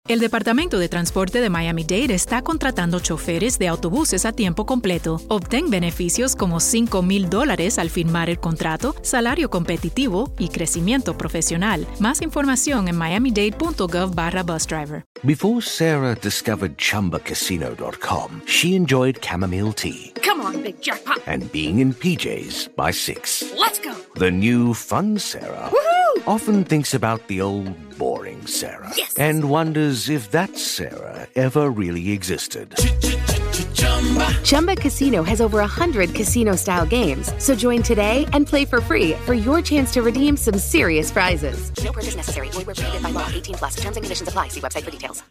El Departamento de Transporte de Miami-Dade está contratando choferes de autobuses a tiempo completo. Obtén beneficios como $5,000 al firmar el contrato, salario competitivo y crecimiento profesional. Más información en miamidade.gov/busdriver. Before Sarah discovered ChumbaCasino.com, she enjoyed chamomile tea. Come on, big jackpot. And being in PJs by 6. Let's go. The new fun Sarah often thinks about the old boring Sarah. Yes. And wonders if that Sarah ever really existed. Chumba Casino has over 100 casino-style games. So join today and play for free for your chance to redeem some serious prizes. No purchase necessary. Void where prohibited by law. 18+. Terms and conditions apply. See website for details.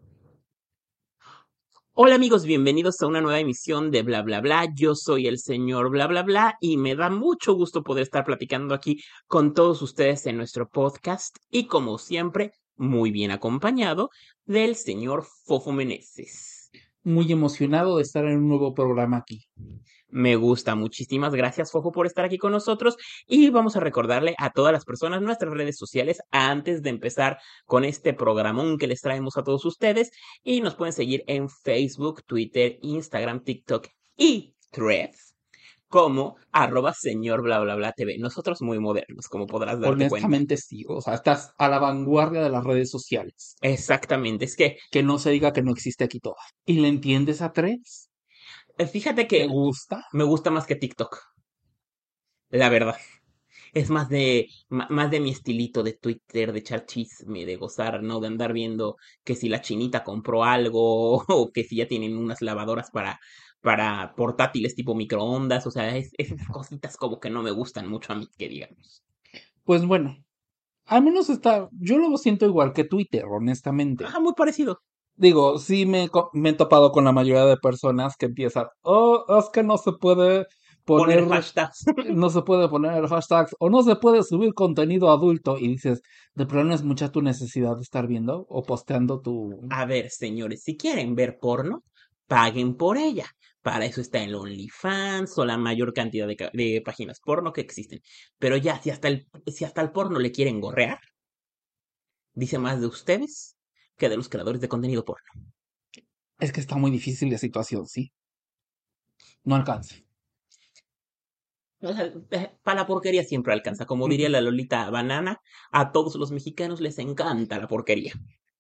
Hola amigos, bienvenidos a una nueva emisión de Bla Bla Bla. Yo soy el señor Bla Bla Bla y me da mucho gusto poder estar platicando aquí con todos ustedes en nuestro podcast y como siempre, muy bien acompañado del señor Fofo Meneses. Muy emocionado de estar en un nuevo programa aquí. Me gusta, muchísimas gracias Fofo por estar aquí con nosotros y vamos a recordarle a todas las personas nuestras redes sociales antes de empezar con este programón que les traemos a todos ustedes y nos pueden seguir en Facebook, Twitter, Instagram, TikTok y Threads como @señor bla bla bla TV. Nosotros muy modernos, como podrás darte cuenta. Honestamente sí, o sea, estás a la vanguardia de las redes sociales. Exactamente, es que Que no se diga que no existe aquí toda. ¿Y le entiendes a Threads? fíjate que ¿Te gusta? me gusta más que TikTok, la verdad. Es más de mi estilito de Twitter, de echar chisme, de gozar, ¿no? De andar viendo que si la chinita compró algo o que si ya tienen unas lavadoras para portátiles tipo microondas. O sea, esas cositas como que no me gustan mucho a mí, que digamos. Pues bueno, al menos yo lo siento igual que Twitter, honestamente. Muy parecido. Digo, sí me he topado con la mayoría de personas que empiezan, es que no se puede Poner hashtags. no se puede poner hashtags o no se puede subir contenido adulto y dices, de plano es mucha tu necesidad de estar viendo o posteando tu... A ver, señores, si quieren ver porno, paguen por ella. Para eso está el OnlyFans o la mayor cantidad de páginas porno que existen. Pero ya, si hasta el porno le quieren gorrear, dice más de ustedes que de los creadores de contenido porno. Es que está muy difícil la situación, sí. No alcanza. O sea, para la porquería siempre alcanza. Como diría la Lolita Banana, a todos los mexicanos les encanta la porquería.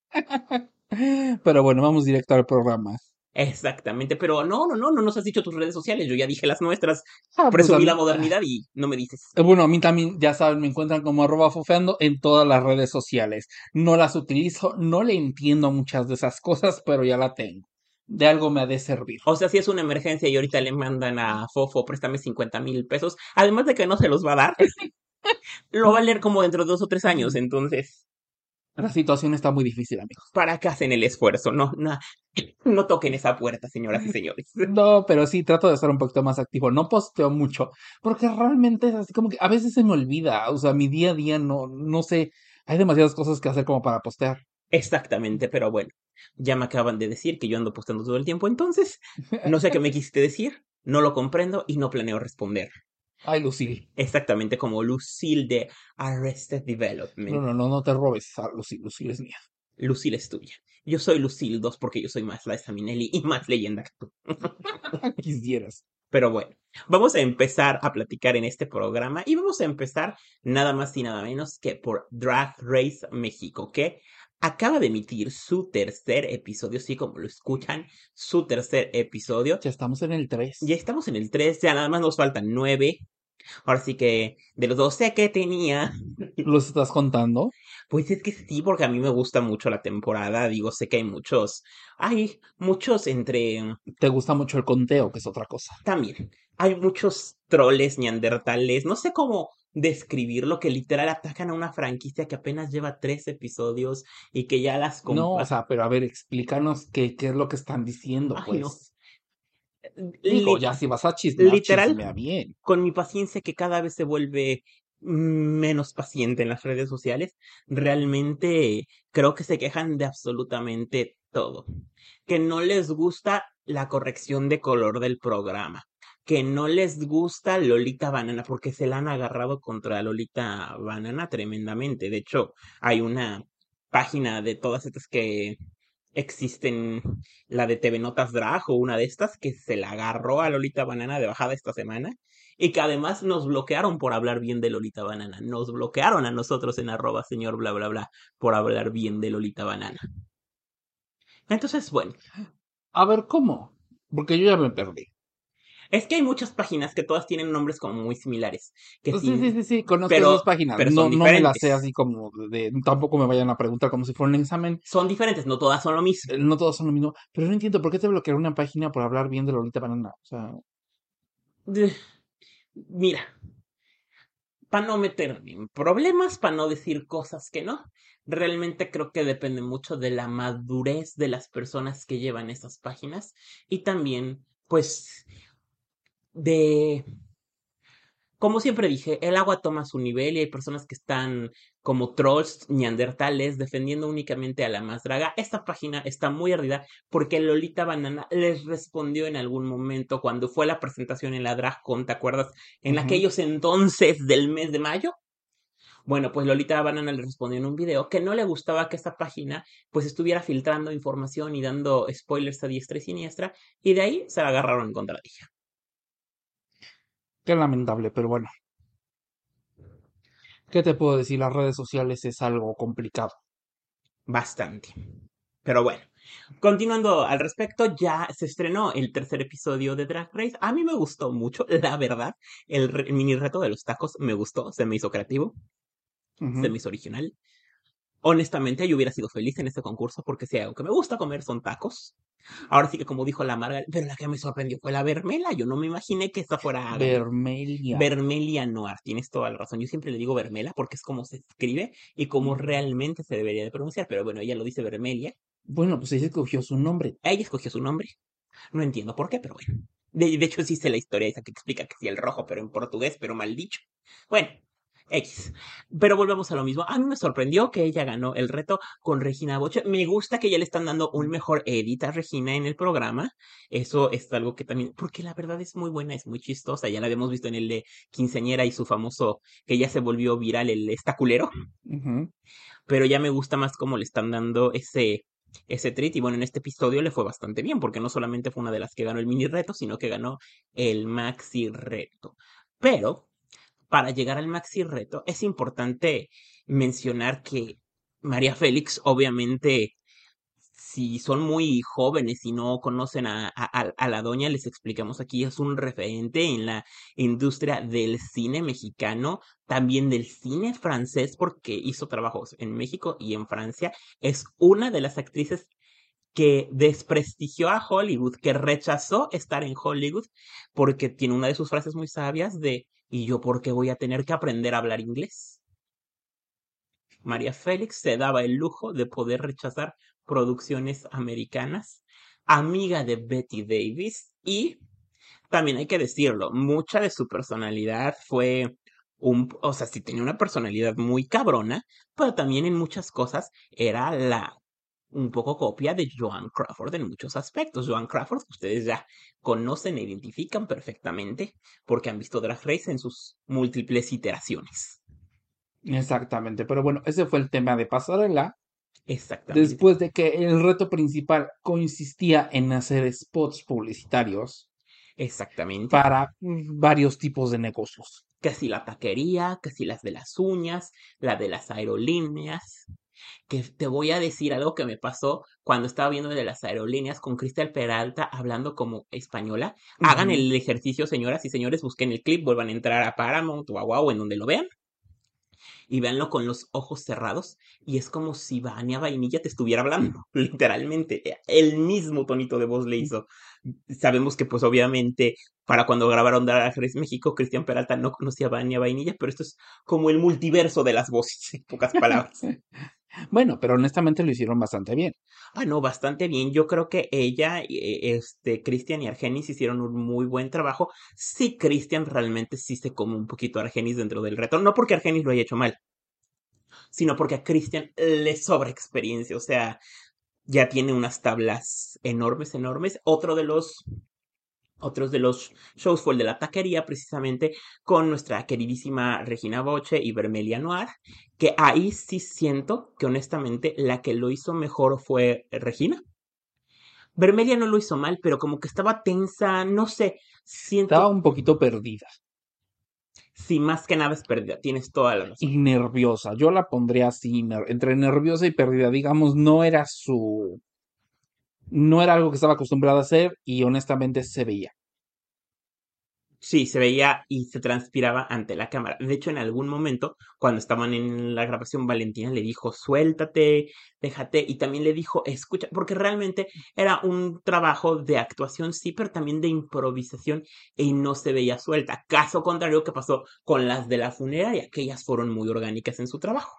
Pero bueno, vamos directo al programa. Exactamente, pero no nos has dicho tus redes sociales. Yo ya dije las nuestras. Pues Presumí la modernidad y no me dices. Bueno, a mí también, ya saben, me encuentran como @fofeando en todas las redes sociales. No las utilizo, no le entiendo muchas de esas cosas, pero ya la tengo. De algo me ha de servir. O sea, si es una emergencia y ahorita le mandan a Fofo, préstame 50,000 pesos, además de que no se los va a dar, lo va a leer como dentro de 2 o 3 años, entonces, La situación está muy difícil, amigos. ¿para qué hacen el esfuerzo? No toquen esa puerta, señoras y señores. No, pero sí, trato de estar un poquito más activo. No posteo mucho, porque realmente es así como que a veces se me olvida. O sea, mi día a día no sé. Hay demasiadas cosas que hacer como para postear. Exactamente, pero bueno, ya me acaban de decir que yo ando posteando todo el tiempo, entonces, no sé qué me quisiste decir, no lo comprendo y no planeo responder. Ay, Lucille. Exactamente como Lucille de Arrested Development. No te robes a Lucille. Lucille es mía. Lucille es tuya. Yo soy Lucille 2 porque yo soy más Liza Minnelli y más leyenda que tú. Quisieras. Pero bueno, vamos a empezar a platicar en este programa y vamos a empezar nada más y nada menos que por Drag Race México, que acaba de emitir su tercer episodio, sí, como lo escuchan, su tercer episodio. Ya estamos en el 3. Ya estamos en el 3, ya nada más nos faltan 9. Ahora sí que de los 12 que tenía, ¿Los estás contando? pues es que sí, porque a mí me gusta mucho la temporada. Digo, sé que hay muchos entre, ¿Te gusta mucho el conteo, que es otra cosa? también, hay muchos troles neandertales, no sé cómo describirlo, que literal atacan a una franquicia que apenas lleva 3 episodios y que ya las No, o sea, pero a ver, explícanos qué es lo que están diciendo, Ay, no. pues. Digo, Li- ya si vas a chismear, Literal, chismea bien. con mi paciencia que cada vez se vuelve menos paciente en las redes sociales, realmente creo que se quejan de absolutamente todo. Que no les gusta la corrección de color del programa. Que no les gusta Lolita Banana porque se la han agarrado contra Lolita Banana tremendamente. De hecho, hay una página de todas estas que existen, la de TV Notas Drag o una de estas, que se la agarró a Lolita Banana de bajada esta semana y que además nos bloquearon por hablar bien de Lolita Banana. Nos bloquearon a nosotros en @señor bla bla bla por hablar bien de Lolita Banana. Entonces, bueno, A ver, ¿cómo? Porque yo ya me perdí. es que hay muchas páginas que todas tienen nombres como muy similares, que Sí, conozco esas páginas. pero son No me las sé diferentes. así como tampoco me vayan a preguntar como si fuera un examen. Son diferentes, no todas son lo mismo. No todos son lo mismo. Pero no entiendo, ¿por qué te bloquearon una página por hablar bien de Lolita Banana? O sea, Mira, para no meterme en problemas, para no decir cosas que no. Realmente creo que depende mucho de la madurez de las personas que llevan esas páginas y también, pues, de... Como siempre dije, el agua toma su nivel y hay personas que están como trolls neandertales defendiendo únicamente a la más draga. Esta página está muy ardida porque Lolita Banana les respondió en algún momento cuando fue la presentación en la DragCon, ¿te acuerdas? En aquellos entonces del mes de mayo. Bueno, pues Lolita Banana le respondió en un video que no le gustaba que esta página pues estuviera filtrando información y dando spoilers a diestra y siniestra, y de ahí se la agarraron en contra de ella. qué lamentable, pero bueno. ¿Qué te puedo decir? Las redes sociales es algo complicado. Bastante. Pero bueno, continuando al respecto, ya se estrenó el tercer episodio de Drag Race. A mí me gustó mucho, la verdad. El mini reto de los tacos me gustó, se me hizo creativo, se me hizo original. Honestamente, yo hubiera sido feliz en este concurso porque si hay algo que me gusta comer son tacos. Ahora sí que como dijo la Marga, pero la que me sorprendió fue la Vermela. Yo no me imaginé que esta fuera a ganar. Vermelia. Vermelia Noir, tienes toda la razón. Yo siempre le digo Vermela porque es como se escribe y como realmente se debería de pronunciar. Pero bueno, ella lo dice Vermelia. Bueno, pues ella escogió su nombre. Ella escogió su nombre. No entiendo por qué, pero bueno. De hecho, sí sé la historia esa que explica que sí el rojo, pero en portugués, pero mal dicho. Bueno, X. Pero volvemos a lo mismo. A mí me sorprendió que ella ganó el reto con Regina Boche. Me gusta que ya le están dando un mejor edit a Regina en el programa. Eso es algo que también, porque la verdad es muy buena, es muy chistosa. Ya la habíamos visto en el de Quinceañera y su famoso, que ya se volvió viral, el estaculero. Pero ya me gusta más cómo le están dando ese treat. Y bueno, en este episodio le fue bastante bien, porque no solamente fue una de las que ganó el mini reto, sino que ganó el maxi reto. Pero para llegar al maxi reto es importante mencionar que María Félix, obviamente, si son muy jóvenes y no conocen a la doña, les explicamos aquí, es un referente en la industria del cine mexicano, también del cine francés, porque hizo trabajos en México y en Francia. Es una de las actrices que desprestigió a Hollywood, que rechazó estar en Hollywood, porque tiene una de sus frases muy sabias de, ¿y yo por qué voy a tener que aprender a hablar inglés? María Félix se daba el lujo de poder rechazar producciones americanas, amiga de Betty Davis, y también hay que decirlo, mucha de su personalidad fue o sea, sí tenía una personalidad muy cabrona, pero también en muchas cosas era un poco copia de Joan Crawford en muchos aspectos. Joan Crawford, ustedes ya conocen e identifican perfectamente porque han visto Drag Race en sus múltiples iteraciones. Exactamente, pero bueno, ese fue el tema de pasarela. Exactamente. Después de que el reto principal consistía en hacer spots publicitarios. Exactamente. Para varios tipos de negocios. Que si la taquería, que si las de las uñas, la de las aerolíneas. Que te voy a decir algo que me pasó cuando estaba viendo de las aerolíneas con Cristal Peralta hablando como española. Hagan el ejercicio, señoras y señores, busquen el clip, vuelvan a entrar a Paramount o a Wow, en donde lo vean. Y véanlo con los ojos cerrados. Y es como si Vania Vainilla te estuviera hablando, literalmente. El mismo tonito de voz le hizo. Sabemos que, pues, obviamente, para cuando grabaron Drag Race México, Cristian Peralta no conocía a Vania Vainilla, pero esto es como el multiverso de las voces, en pocas palabras. Bueno, pero honestamente lo hicieron bastante bien. Ah, no, bastante bien. Yo creo que ella, Cristian y Argenis hicieron un muy buen trabajo. Sí, Cristian realmente sí se come un poquito a Argenis dentro del reto. No porque Argenis lo haya hecho mal, sino porque a Cristian le sobra experiencia. O sea, ya tiene unas tablas enormes, enormes. Otro de los Otros de los shows fue el de la taquería, precisamente con nuestra queridísima Regina Boche y Vermelia Noir, que ahí sí siento que honestamente la que lo hizo mejor fue Regina. Vermelia no lo hizo mal, pero como que estaba tensa, no sé, Estaba siento, un poquito perdida sí, más que nada es pérdida, tienes toda la razón. y nerviosa. Yo la pondría así, entre nerviosa y perdida. Digamos, no era algo que estaba acostumbrada a hacer y honestamente se veía. Sí, se veía y se transpiraba ante la cámara. De hecho, en algún momento, cuando estaban en la grabación, Valentina le dijo, suéltate, déjate, y también le dijo, escucha, porque realmente era un trabajo de actuación, sí, pero también de improvisación, y no se veía suelta. Caso contrario que pasó con las de la funeraria, que ellas fueron muy orgánicas en su trabajo.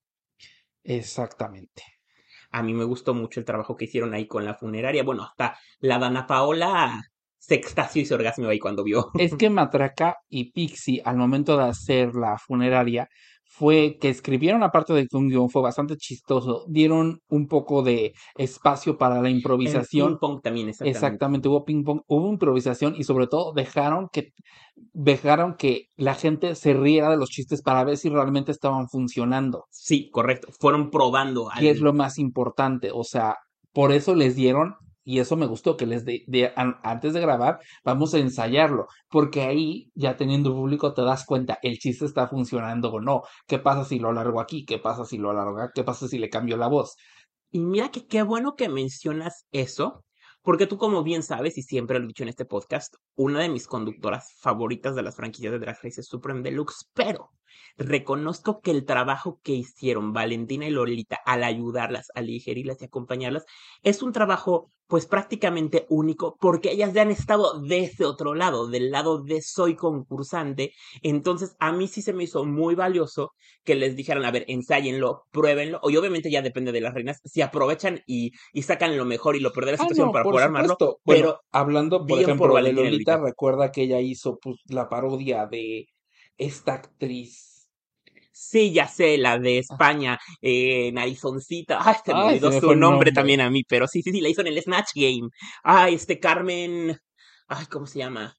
Exactamente. A mí me gustó mucho el trabajo que hicieron ahí con la funeraria. Bueno, hasta la Dana Paola se extasió y se orgasmeó ahí cuando vio. Es que Matraca y Pixie, al momento de hacer la funeraria, fue que escribieron la parte de un guión, fue bastante chistoso. Dieron un poco de espacio para la En ping improvisación. pong también, exactamente. Exactamente, hubo ping pong, hubo improvisación y sobre todo dejaron que la gente se riera de los chistes para ver si realmente estaban funcionando. Sí, correcto. Fueron probando Y es al... lo más importante, o sea, por eso les dieron, y eso me gustó, que antes de grabar, vamos a ensayarlo, porque ahí, ya teniendo público, te das cuenta, el chiste está funcionando o no. ¿Qué pasa si lo alargo aquí? ¿Qué pasa si lo alargo acá? ¿Qué pasa si le cambio la voz? Y mira que qué bueno que mencionas eso, porque tú como bien sabes, y siempre lo he dicho en este podcast, una de mis conductoras favoritas de las franquicias de Drag Race es Supreme Deluxe, pero reconozco que el trabajo que hicieron Valentina y Lolita al ayudarlas, al digerirlas y acompañarlas, es un trabajo pues prácticamente único, porque ellas ya han estado de ese otro lado, del lado de soy concursante, entonces a mí sí se me hizo muy valioso que les dijeran, a ver, ensáyenlo, pruébenlo, y obviamente ya depende de las reinas, si aprovechan y sacan lo mejor y lo peor de la Ah, situación no, para por poder armarlo, supuesto. Bueno, pero hablando, por bien por ejemplo, de Valentina y Lolita, Lolita. recuerda que ella hizo pues, la parodia de esta actriz. Sí, ya sé, la de España, Narizoncita, ay, se me Ay, se olvidó me su fue el nombre nombre. también a mí, pero sí, sí, sí, la hizo en el Snatch Game. Ay, Carmen, ay, ¿cómo se llama?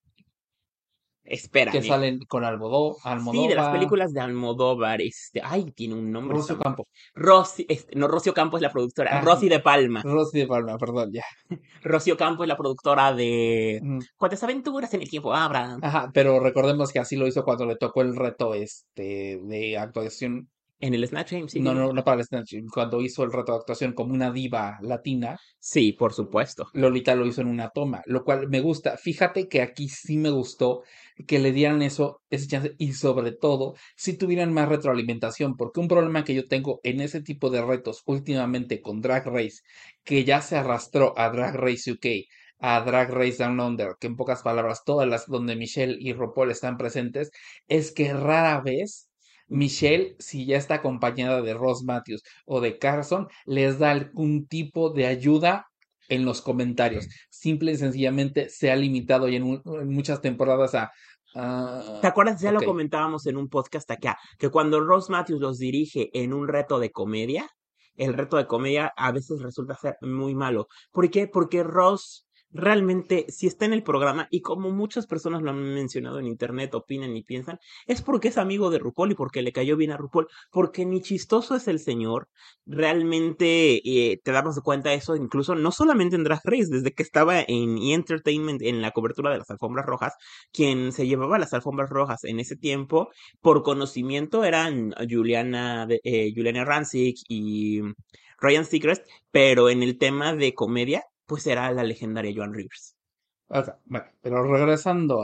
Que Espérame. salen con Sí, de las Almodóvar, películas de Almodóvar, ay, tiene un nombre esta Rocío mujer. Campos. Rosy, no, Rocío Campos es la productora, Ah, Rosy de Palma. Rosy de Palma, perdón, ya. Rocío Campos es la productora de Mm, Cuántas aventuras en el tiempo, Abraham. Ajá, pero recordemos que así lo hizo cuando le tocó el reto de actuación. En el Snatch Game, sí, No, tienes no, razón. no para el Snatch, cuando hizo el reto de actuación como una diva latina. Sí, por supuesto. Lolita lo hizo en una toma, lo cual me gusta. Fíjate que aquí sí me gustó que le dieran ese chance y sobre todo si tuvieran más retroalimentación, porque un problema que yo tengo en ese tipo de retos últimamente con Drag Race, que ya se arrastró a Drag Race UK, a Drag Race Down Under, que en pocas palabras todas las donde Michelle y RuPaul están presentes, es que rara vez Michelle, si ya está acompañada de Ross Matthews o de Carson, les da algún tipo de ayuda en los comentarios. Simple y sencillamente se ha limitado y en muchas temporadas a... ¿Te acuerdas? Ya lo ok. comentábamos en un podcast acá, que cuando Ross Matthews los dirige en un reto de comedia, el reto de comedia a veces resulta ser muy malo. ¿Por qué? Porque Ross realmente, si está en el programa, y como muchas personas lo han mencionado en internet, opinan y piensan, es porque es amigo de RuPaul y porque le cayó bien a RuPaul, porque ni chistoso es el señor, realmente te damos cuenta de eso, incluso no solamente en Drag Race, desde que estaba en E! Entertainment en la cobertura de las alfombras rojas, quien se llevaba las alfombras rojas en ese tiempo, por conocimiento eran Juliana Rancic y Ryan Seacrest, pero en el tema de comedia, pues era la legendaria Joan Rivers. Ok, bueno, pero regresando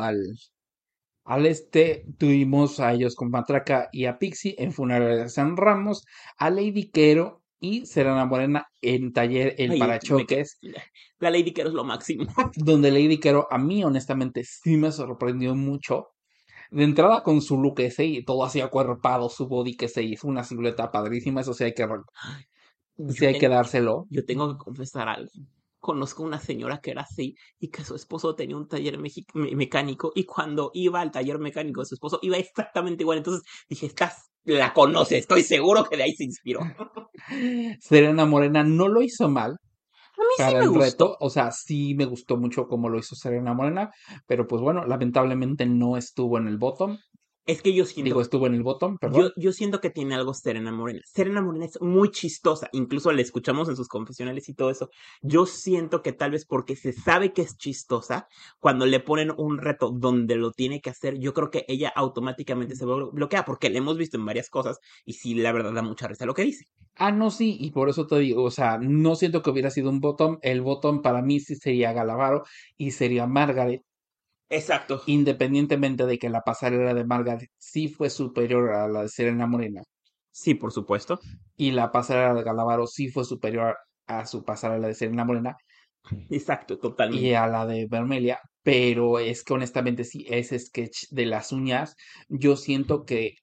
tuvimos a ellos con Matraca y a Pixie en Funeral de San Ramos, a Lady Quero y Serena Morena en Taller El Ay, Parachoques, la Lady Quero es lo máximo. donde Lady Quero a mí honestamente sí me sorprendió mucho. De entrada con su look ese y todo así acuerpado, su body que se hizo una silueta padrísima, eso sí Yo, hay que ten- dárselo. yo tengo que confesar algo. Conozco una señora que era así y que su esposo tenía un taller mecánico y cuando iba al taller mecánico de su esposo iba exactamente igual. Entonces dije, la conoce, estoy seguro que de ahí se inspiró. Serena Morena no lo hizo mal, A mí sí para me el reto. gustó. O sea, sí me gustó mucho cómo lo hizo Serena Morena, pero pues bueno, lamentablemente no estuvo en el bottom. Es que yo Digo, siento, estuvo en el bottom, yo, perdón. yo siento que tiene algo Serena Morena. Serena Morena es muy chistosa, incluso la escuchamos en sus confesionales y todo eso. Yo siento que tal vez porque se sabe que es chistosa, cuando le ponen un reto donde lo tiene que hacer, yo creo que ella automáticamente se bloquea, porque la hemos visto en varias cosas y sí, la verdad da mucha risa lo que dice. Ah, no, sí, y por eso te digo, o sea, no siento que hubiera sido un bottom. El bottom para mí sí sería Galavaro y sería Margaret, Exacto. independientemente de que la pasarela de Margaret sí fue superior a la de Serena Morena Sí, por supuesto. y la pasarela de Galavaro sí fue superior a su pasarela de Serena Morena Exacto, y totalmente. a la de Vermelia, pero es que honestamente sí, ese sketch de las uñas, yo siento que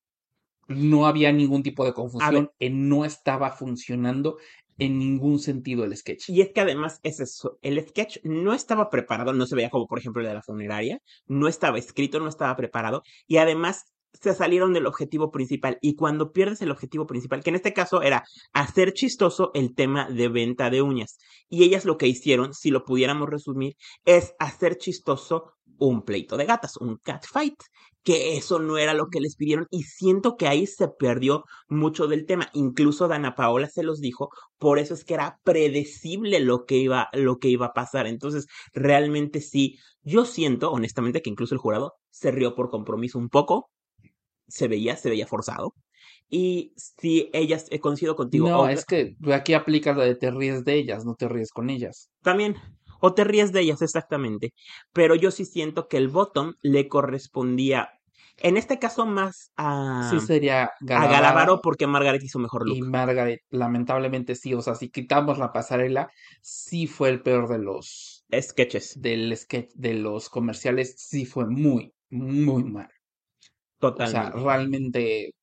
no había ningún tipo de A ver, confusión, no estaba funcionando en ningún sentido el sketch. y es que además es eso, el sketch no estaba preparado, no se veía como por ejemplo el de la funeraria, no estaba escrito, no estaba preparado, y además se salieron del objetivo principal, y cuando pierdes el objetivo principal, que en este caso era hacer chistoso el tema de venta de uñas, y ellas lo que hicieron, si lo pudiéramos resumir, es hacer chistoso un pleito de gatas, un catfight, que eso no era lo que les pidieron, y siento que ahí se perdió mucho del tema, incluso Dana Paola se los dijo, por eso es que era predecible lo que iba a pasar. Entonces, realmente sí, yo siento, honestamente, que incluso el jurado se rió por compromiso un poco, se veía forzado. Y si ellas, coincido contigo, No, es que aquí aplica la de te ríes de ellas, no te ríes con ellas. también, o te ríes de ellas exactamente, pero yo sí siento que el bottom le correspondía, en este caso más Sí sería a Galavaro Galavaro porque Margaret hizo mejor y look. Margaret, lamentablemente sí, o sea, si quitamos la pasarela, sí fue el peor de los Sketches, del sketch, de los comerciales, sí fue muy, muy mal. O sea, totalmente. realmente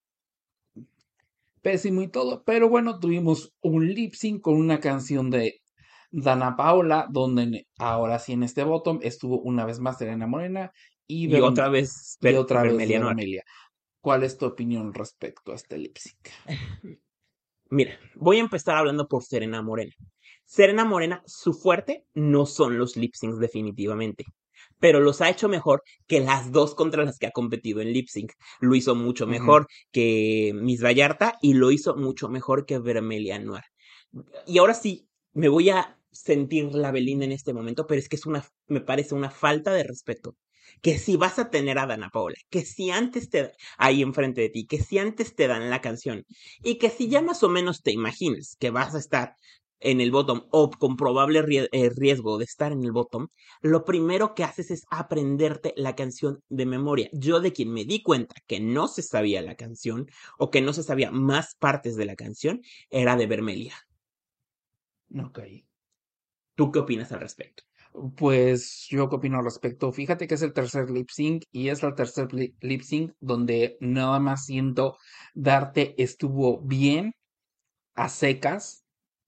pésimo y todo, pero bueno, tuvimos un lip sync con una canción de Dana Paola, donde ahora sí en este bottom estuvo una vez más Serena Morena y, Y otra vez y otra vez Vermelia Noir. Vermelia. ¿Cuál es tu opinión respecto a este lip sync? Mira, voy a empezar hablando por Serena Morena. Serena Morena, su fuerte no son los lip syncs definitivamente, pero los ha hecho mejor que las dos contra las que ha competido en lip sync. Lo hizo mucho Ujú. mejor que Miss Vallarta y lo hizo mucho mejor que Vermelia Noir. Y ahora sí, me voy a sentir la Belinda en este momento, pero es que me parece una falta de respeto. Que si vas a tener a Dana Paola, que si antes ahí enfrente de ti, que si antes te dan la canción, y que si ya más o menos te imaginas que vas a estar en el bottom o con probable riesgo de estar en el bottom, lo primero que haces es aprenderte la canción de memoria. Yo de quien me di cuenta que no se sabía la canción o que no se sabía más partes de la canción era de Vermelia. Ok. ¿Tú qué opinas al respecto? Pues yo qué opino al respecto. Fíjate que es el tercer lip sync y es el tercer lip sync donde nada más siento Darte estuvo bien a secas.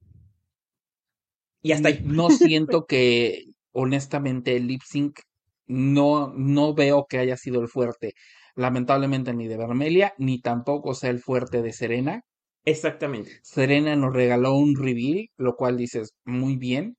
Y hasta ahí. No siento que honestamente el lip sync no veo que haya sido el fuerte. Lamentablemente ni de Vermelia ni tampoco sea el fuerte de Serena. Exactamente. Serena nos regaló un reveal, lo cual dices muy bien,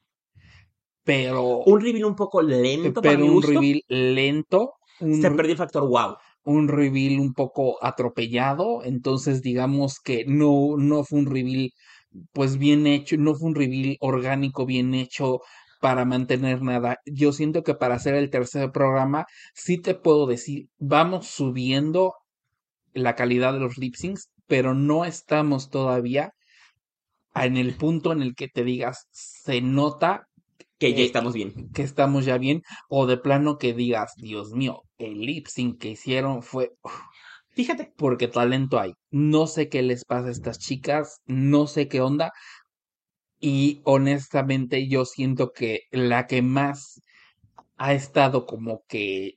pero Un reveal un poco lento para pero mi un gusto. reveal lento, Se perdió el factor wow. un reveal un poco atropellado, entonces digamos que no fue un reveal pues bien hecho, no fue un reveal orgánico bien hecho para mantener nada. Yo siento que para hacer el tercer programa, sí te puedo decir, vamos subiendo la calidad de los lip syncs, pero no estamos todavía en el punto en el que te digas, se nota Que ya eh, estamos bien. que estamos ya bien, o de plano que digas, Dios mío, el lip sync que hicieron fue Fíjate, porque talento hay. No sé qué les pasa a estas chicas, no sé qué onda, y honestamente yo siento que la que más ha estado como que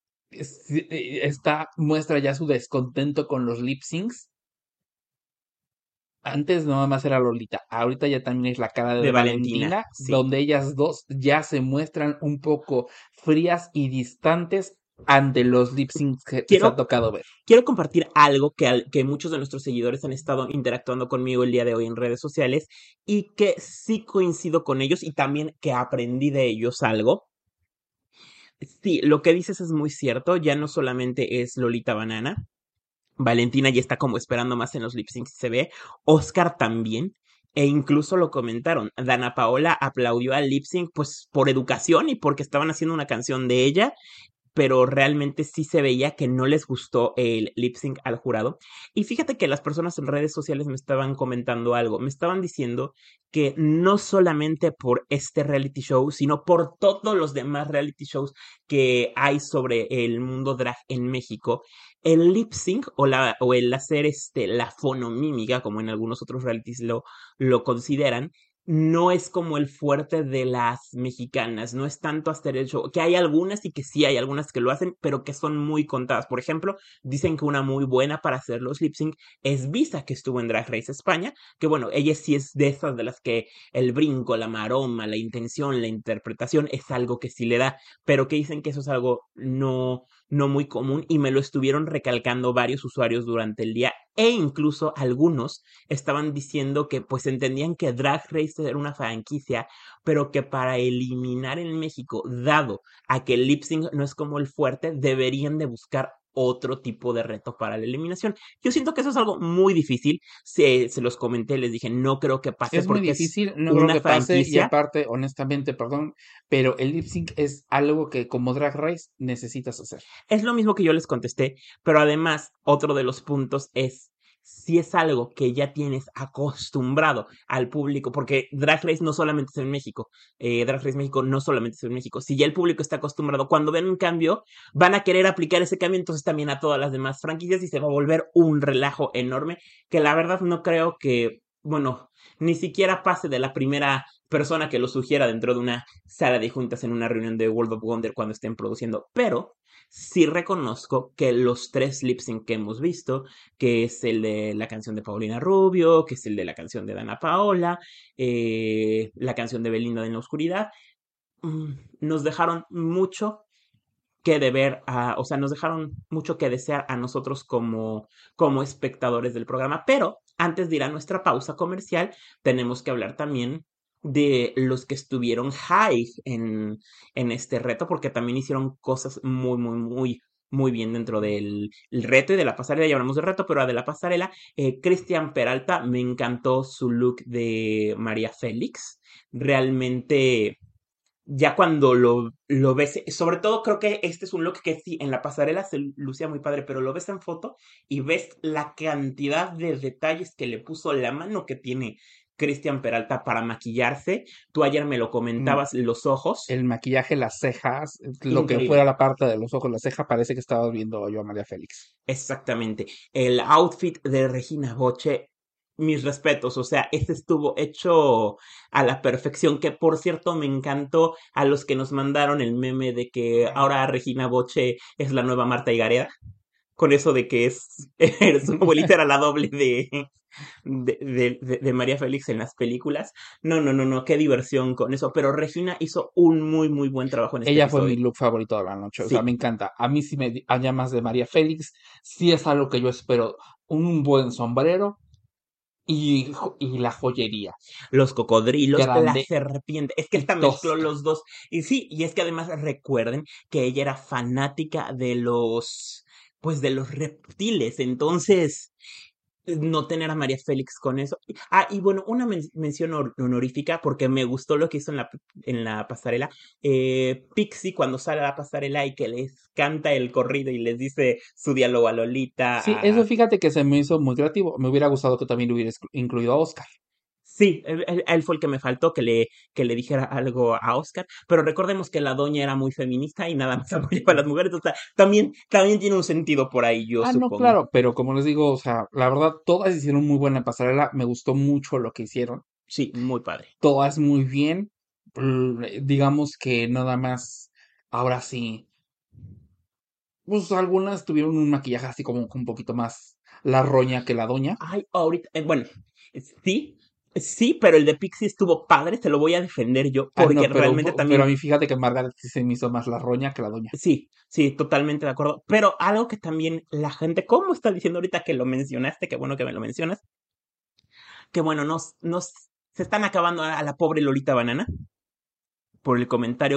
muestra ya su descontento con los lip syncs. Antes nada más era Lolita, ahorita ya también es la cara de de Valentina, Valentina, sí. donde ellas dos ya se muestran un poco frías y distantes ante los lip syncs que te ha Quiero, tocado ver? quiero compartir algo que muchos de nuestros seguidores han estado interactuando conmigo el día de hoy en redes sociales y que sí coincido con ellos y también que aprendí de ellos algo. Sí, lo que dices es muy cierto, ya no solamente es Lolita Banana, Valentina ya está como esperando más en los lip syncs, se ve, Oscar también, e incluso lo comentaron, Dana Paola aplaudió al lip sync pues por educación y porque estaban haciendo una canción de ella, pero realmente sí se veía que no les gustó el lip sync al jurado. Y fíjate que las personas en redes sociales me estaban comentando algo, me estaban diciendo que no solamente por este reality show, sino por todos los demás reality shows que hay sobre el mundo drag en México, el lip sync o el hacer la fonomímica, como en algunos otros realities lo consideran, no es como el fuerte de las mexicanas, no es tanto hacer el show, que hay algunas y que sí hay algunas que lo hacen, pero que son muy contadas. Por ejemplo, dicen que una muy buena para hacer los lip sync es Visa, que estuvo en Drag Race España, que bueno, ella sí es de esas de las que el brinco, la maroma, la intención, la interpretación es algo que sí le da, pero que dicen que eso es algo no muy común y me lo estuvieron recalcando varios usuarios durante el día e incluso algunos estaban diciendo que pues entendían que Drag Race era una franquicia, pero que para eliminar en México, dado a que el lip sync no es como el fuerte, deberían de buscar otro tipo de reto para la eliminación. Yo siento que eso es algo muy difícil. Se los comenté, les dije, no creo que pase Es muy porque es difícil, no creo una que pase y franquicia. aparte, honestamente, perdón, pero el lip sync es algo que como Drag Race necesitas hacer. Es lo mismo que yo les contesté, pero además otro de los puntos es si es algo que ya tienes acostumbrado al público, porque Drag Race no solamente es en México, Drag Race México no solamente es en México, si ya el público está acostumbrado, cuando ven un cambio, van a querer aplicar ese cambio entonces también a todas las demás franquicias y se va a volver un relajo enorme que la verdad no creo que, bueno, ni siquiera pase de la primera persona que lo sugiera dentro de una sala de juntas en una reunión de World of Wonder cuando estén produciendo, pero sí reconozco que los tres lip sync que hemos visto, que es el de la canción de Paulina Rubio, que es el de la canción de Dana Paola, la canción de Belinda en la oscuridad, nos dejaron mucho que deber, o sea, nos dejaron mucho que desear a nosotros como espectadores del programa. Pero antes de ir a nuestra pausa comercial, tenemos que hablar también de los que estuvieron high en este reto, porque también hicieron cosas muy bien dentro del el reto y de la pasarela. Ya hablamos del reto, pero de la pasarela, Cristian Peralta, me encantó su look de María Félix. Realmente ya cuando lo ves, sobre todo creo que este es un look que sí, en la pasarela se lucía muy padre, pero lo ves en foto y ves la cantidad de detalles que le puso, la mano que tiene Cristian Peralta para maquillarse. Tú ayer me lo Mm, comentabas, los ojos, El maquillaje, las cejas, lo que fuera increíble. la parte de los ojos, la ceja, parece que estabas viendo yo a María Félix. Exactamente. El outfit de Regina Boche, mis respetos, o sea, este estuvo hecho a la perfección, que por cierto me encantó a los que nos mandaron el meme de que ahora Regina Boche es la nueva Marta Higareda, con eso de que su abuelita era la doble de María Félix en las películas. No, qué diversión con eso, pero Regina hizo un muy buen trabajo en este Ella fue mi episodio. look favorito de la noche, o sea, me Sí, encanta. A mí sí llamas de María Félix, sí es algo que yo espero, un buen sombrero y la joyería, los cocodrilos, la grande serpiente. Es que y esta mezcló tosca. los dos. Y sí, y es que además recuerden que ella era fanática pues de los reptiles. Entonces, no tener a María Félix con eso. Y bueno, una mención honorífica porque me gustó lo que hizo en la pasarela. Pixie cuando sale a la pasarela y que les canta el corrido y les dice su diálogo a Sí, Lolita, eso fíjate que se me hizo muy creativo. Me hubiera gustado que también lo hubiera incluido a Oscar. Sí, él fue el que me faltó que le dijera algo a Oscar, pero recordemos que la doña era muy feminista y nada más apoyaba a las mujeres, o sea, también tiene un sentido por ahí, yo Ah, no, supongo. claro, pero como les digo, o sea, la verdad, todas hicieron muy buena pasarela. Me gustó mucho lo que hicieron. Sí, muy padre. Todas muy bien. Digamos que nada más, ahora sí, pues algunas tuvieron un maquillaje así como un poquito más la roña que la doña. Ay, ahorita, bueno, sí, Sí, pero el de Pixie estuvo padre, te lo voy a defender yo, Ah, porque no, realmente pero a también, mí fíjate que Margaret sí se me hizo más la roña que la doña. sí, sí, totalmente de acuerdo. Pero algo que también la gente, ¿cómo está diciendo ahorita que lo mencionaste? Qué bueno que me lo mencionas. Que bueno, se están acabando a la pobre Lolita Banana por el comentario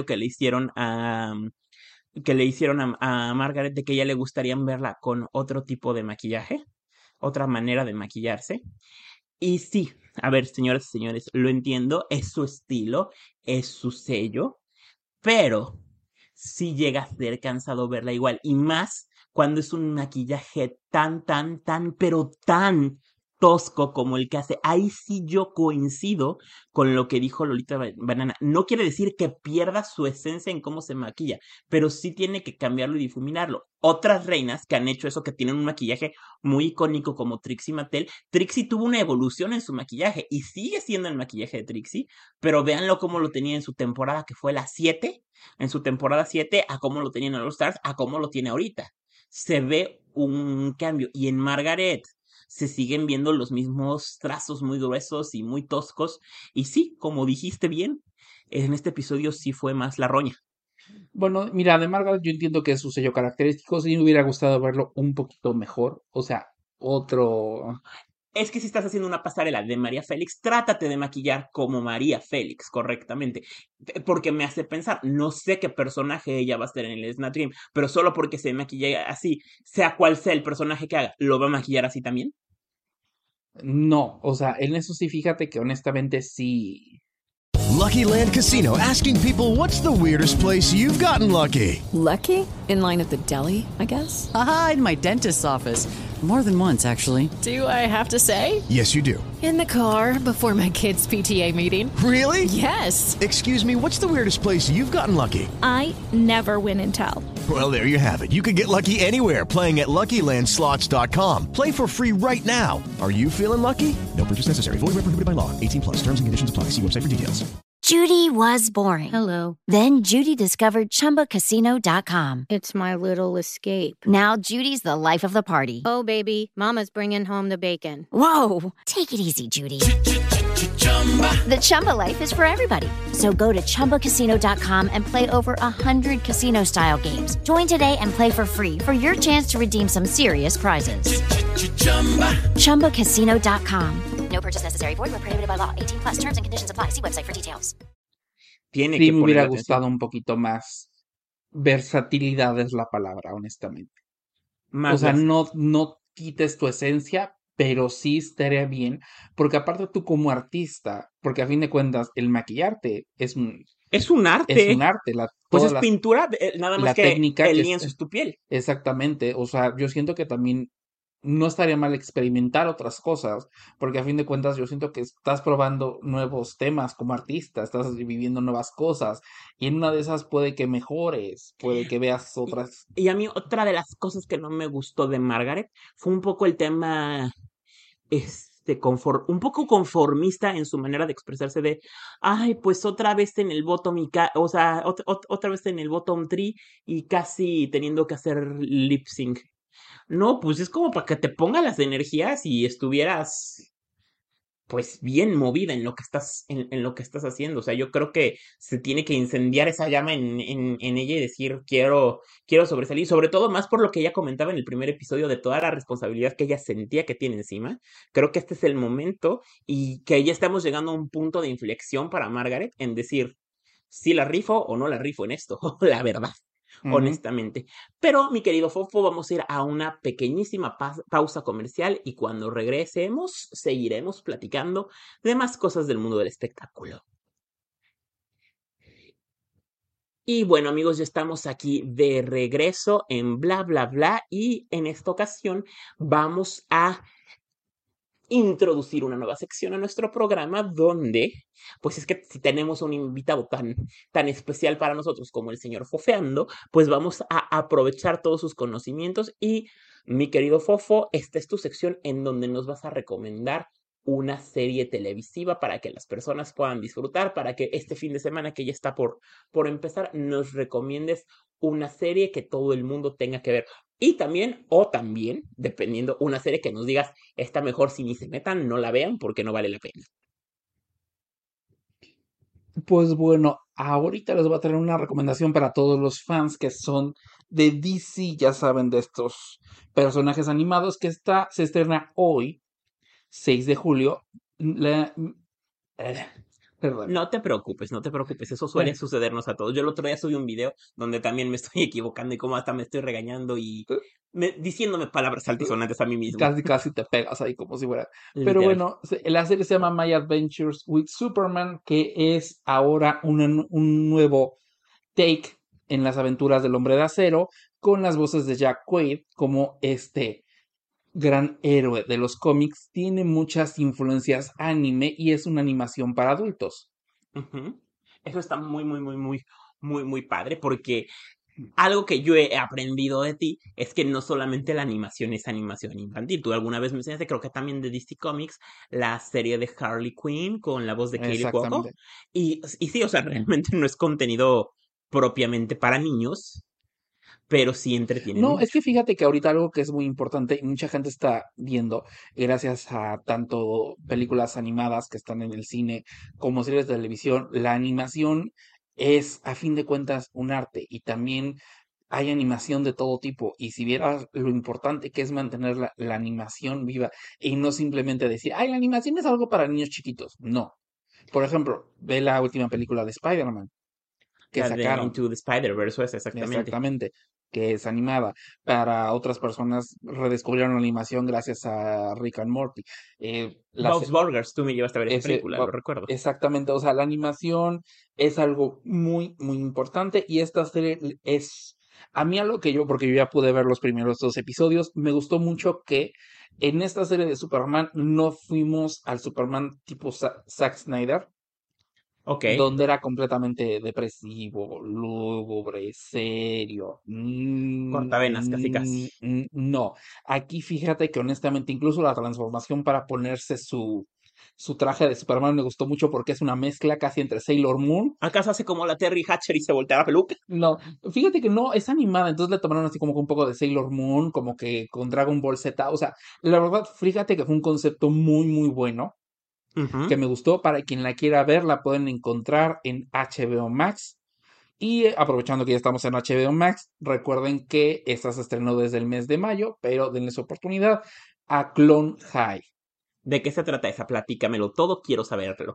que le hicieron a Margaret de que ella le gustaría verla con otro tipo de maquillaje, otra manera de maquillarse. Y sí, a ver, señoras y señores, lo entiendo, es su estilo, es su sello, pero sí llega a ser cansado verla igual. Y más cuando es un maquillaje pero tan tosco como el que hace. Ahí sí yo coincido con lo que dijo Lolita Banana. No quiere decir que pierda su esencia en cómo se maquilla, pero sí tiene que cambiarlo y difuminarlo. Otras reinas que han hecho eso, que tienen un maquillaje muy icónico como Trixie Mattel, Trixie tuvo una evolución en su maquillaje y sigue siendo el maquillaje de Trixie, pero véanlo como lo tenía en su temporada que fue la 7, en su temporada 7 a cómo lo tenía en All Stars, a cómo lo tiene ahorita. Se ve un cambio. Y en Margaret se siguen viendo los mismos trazos muy gruesos y muy toscos. Y sí, como dijiste bien, en este episodio sí fue más la roña. Bueno, mira, de Margaret yo entiendo que es su sello característico, sí me hubiera gustado verlo un poquito mejor, o sea, otro... Es que si estás haciendo una pasarela de María Félix, trátate de maquillar como María Félix correctamente. Porque me hace pensar, no sé qué personaje ella va a ser en el Snap Dream, pero solo porque se maquilla así, sea cual sea el personaje que haga, ¿lo va a maquillar así también? No, o sea, en eso sí fíjate que honestamente sí. Lucky Land Casino asking people what's the weirdest place you've gotten lucky? Lucky? In line at the deli, I guess? Aha, in my dentist's office. More than once, actually. Do I have to say? Yes, you do. In the car before my kids' PTA meeting. Really? Yes. Excuse me, what's the weirdest place you've gotten lucky? I never win and tell. Well, there you have it. You can get lucky anywhere, playing at LuckyLandSlots.com. Play for free right now. Are you feeling lucky? No purchase necessary. Void where prohibited by law. 18 plus. Terms and conditions apply. See website for details. Judy was boring. Hello. Then Judy discovered ChumbaCasino.com. It's my little escape. Now Judy's the life of the party. Oh, baby, mama's bringing home the bacon. Whoa, take it easy, Judy. The Chumba life is for everybody. So go to ChumbaCasino.com and play over 100 casino-style games. Join today and play for free for your chance to redeem some serious prizes. ChumbaCasino.com. No purchase necessary. Void where prohibited by law. 18 plus. Terms and conditions apply. See website for details. Tiene Sí que me poner hubiera atención. gustado un poquito más. Versatilidad es la palabra, honestamente. O Más sea, vers- no quites tu esencia, pero sí estaría bien, porque aparte tú como artista, porque a fin de cuentas el maquillarte Es un es un arte. arte, Pues toda es pintura, nada más la que técnica el que lienzo es tu piel. exactamente, o sea, yo siento que también no estaría mal experimentar otras cosas, porque a fin de cuentas yo siento que estás probando nuevos temas como artista, estás viviendo nuevas cosas, y en una de esas puede que mejores, puede que veas otras. Y a mí otra de las cosas que no me gustó de Margaret fue un poco el tema, un poco conformista en su manera de expresarse de, ay, pues otra vez en el bottom, o sea, otra vez en el bottom 3 y casi teniendo que hacer lip sync. No, pues es como para que te ponga las energías y estuvieras pues bien movida en lo que en lo que estás haciendo. O sea, yo creo que se tiene que incendiar esa llama en ella y decir, quiero sobresalir, sobre todo más por lo que ella comentaba en el primer episodio de toda la responsabilidad que ella sentía que tiene encima. Creo que este es el momento y que ya estamos llegando a un punto de inflexión para Margaret en decir, si la rifo o no la rifo en esto, la verdad. Honestamente. Pero, mi querido Fofo, vamos a ir a una pequeñísima pausa comercial y cuando regresemos seguiremos platicando de más cosas del mundo del espectáculo. Y bueno, amigos, ya estamos aquí de regreso en Bla Bla Bla y en esta ocasión vamos a introducir una nueva sección a nuestro programa donde, pues es que si tenemos un invitado tan especial para nosotros como el señor Fofeando, pues vamos a aprovechar todos sus conocimientos y, mi querido Fofo, esta es tu sección en donde nos vas a recomendar una serie televisiva para que las personas puedan disfrutar, para que este fin de semana que ya está por empezar, nos recomiendes una serie que todo el mundo tenga que ver. Y también, dependiendo, una serie que nos digas, está mejor si ni se metan, no la vean porque no vale la pena. Pues bueno, ahorita les voy a traer una recomendación para todos los fans que son de DC, ya saben, de estos personajes animados se estrena hoy, 6 de julio. La, eh, perdón. No te preocupes, no te preocupes, eso suele sucedernos a todos. Yo el otro día subí un video donde también me estoy equivocando y como hasta me estoy regañando y diciéndome palabras altisonantes a mí mismo. Casi te pegas ahí como si fuera. Pero Literal. bueno, la serie se llama My Adventures with Superman, que es ahora un nuevo take en las aventuras del Hombre de Acero, con las voces de Jack Quaid como este gran héroe de los cómics. Tiene muchas influencias anime y es una animación para adultos. Ujú. Eso está muy padre porque algo que yo he aprendido de ti es que no solamente la animación es animación infantil. Tú alguna vez me enseñaste, creo que también de DC Comics, la serie de Harley Quinn con la voz de Katie Cuoco. Exactamente. Y sí, o sea, realmente no es contenido propiamente para niños, pero sí entretienen No, es mucho. que fíjate que ahorita algo que es muy importante y mucha gente está viendo, gracias a tanto películas animadas que están en el cine como series de televisión, la animación es a fin de cuentas un arte y también hay animación de todo tipo. Y si vieras lo importante que es mantener la animación viva y no simplemente decir, ay, la animación es algo para niños chiquitos. No. Por ejemplo, ve la última película de Spider-Man que La de sacaron. Into the Spider-Verse, es exactamente. Exactamente, que es animada. Para otras personas redescubrieron la animación gracias a Rick and Morty. Bob's Burgers, tú me llevaste a ver esa película, lo recuerdo. Exactamente, o sea, la animación es algo muy importante y esta serie es, a mí algo que porque yo ya pude ver los primeros 2 episodios, me gustó mucho que en esta serie de Superman no fuimos al Superman tipo Zack Snyder, Ok. donde era completamente depresivo, lúgubre, serio. Cortavenas, casi. No, aquí fíjate que honestamente incluso la transformación para ponerse su traje de Superman me gustó mucho porque es una mezcla casi entre Sailor Moon. ¿Acaso hace como la Terry Hatcher y se voltea la peluca? No, fíjate que no, es animada, entonces le tomaron así como que un poco de Sailor Moon, como que con Dragon Ball Z, o sea, la verdad, fíjate que fue un concepto muy bueno que me gustó. Para quien la quiera ver, la pueden encontrar en HBO Max. Y aprovechando que ya estamos en HBO Max, recuerden que esta se estrenó desde el mes de mayo, pero denle su oportunidad a Clone High. ¿De qué se trata esa? Platícamelo todo, quiero saberlo.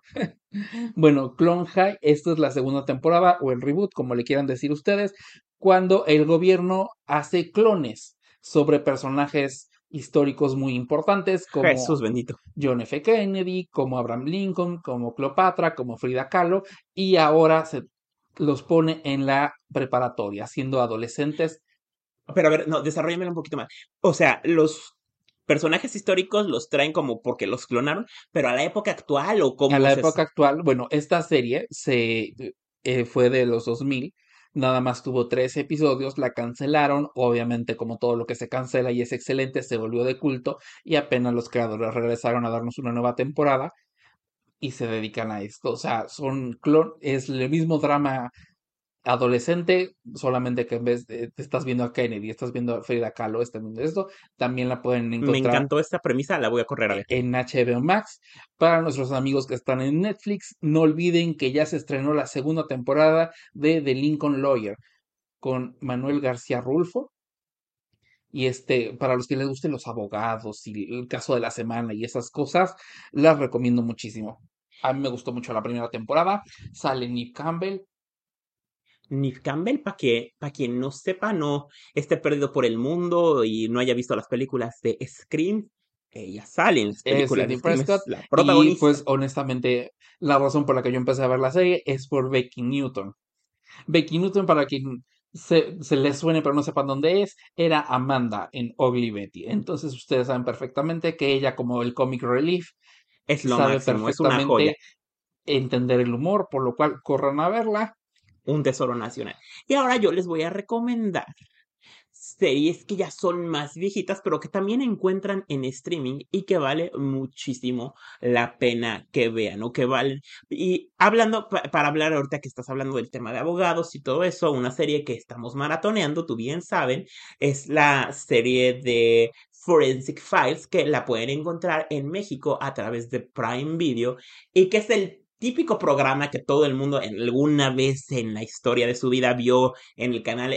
Bueno, Clone High, esta es la segunda temporada o el reboot, como le quieran decir ustedes, cuando el gobierno hace clones sobre personajes históricos muy importantes como Jesús bendito. John F. Kennedy, como Abraham Lincoln, como Cleopatra, como Frida Kahlo, y ahora se los pone en la preparatoria, siendo adolescentes. Pero a ver, no, desarrollamelo un poquito más. O sea, los personajes históricos los traen como porque los clonaron, pero a la época actual o cómo A la es eso. época actual, bueno, esta serie fue de los 2000, nada más tuvo 3 episodios, la cancelaron, obviamente como todo lo que se cancela y es excelente, se volvió de culto y apenas los creadores regresaron a darnos una nueva temporada y se dedican a esto, o sea, es el mismo drama adolescente, solamente que en vez de te estás viendo a Kennedy, estás viendo a Frida Kahlo, estás viendo esto, también la pueden Me encontrar encantó esta premisa, la voy a correr a ver. en HBO Max. Para nuestros amigos que están en Netflix, no olviden que ya se estrenó la segunda temporada de The Lincoln Lawyer con Manuel García Rulfo. Y para los que les gusten los abogados y el caso de la semana y esas cosas, las recomiendo muchísimo. A mí me gustó mucho la primera temporada. Sale Nick Campbell. Neve Campbell, para quien no sepa, no esté perdido por el mundo y no haya visto las películas de Scream, ella sale en las películas de Sidney Scream, Prescott. es la Y protagonista. pues honestamente, la razón por la que yo empecé a ver la serie es por Becky Newton. Becky Newton, para quien se le suene pero no sepan dónde es, era Amanda en Ugly Betty. Entonces ustedes saben perfectamente que ella, como el comic relief, Es lo sabe máximo, es una joya. perfectamente entender el humor, por lo cual corran a verla. Un tesoro nacional. Y ahora yo les voy a recomendar series que ya son más viejitas, pero que también encuentran en streaming y que vale muchísimo la pena que vean o que valen. Y hablando, para hablar ahorita que estás hablando del tema de abogados y todo eso, una serie que estamos maratoneando, tú bien saben, es la serie de Forensic Files, que la pueden encontrar en México a través de Prime Video y que es típico programa que todo el mundo alguna vez en la historia de su vida vio en el canal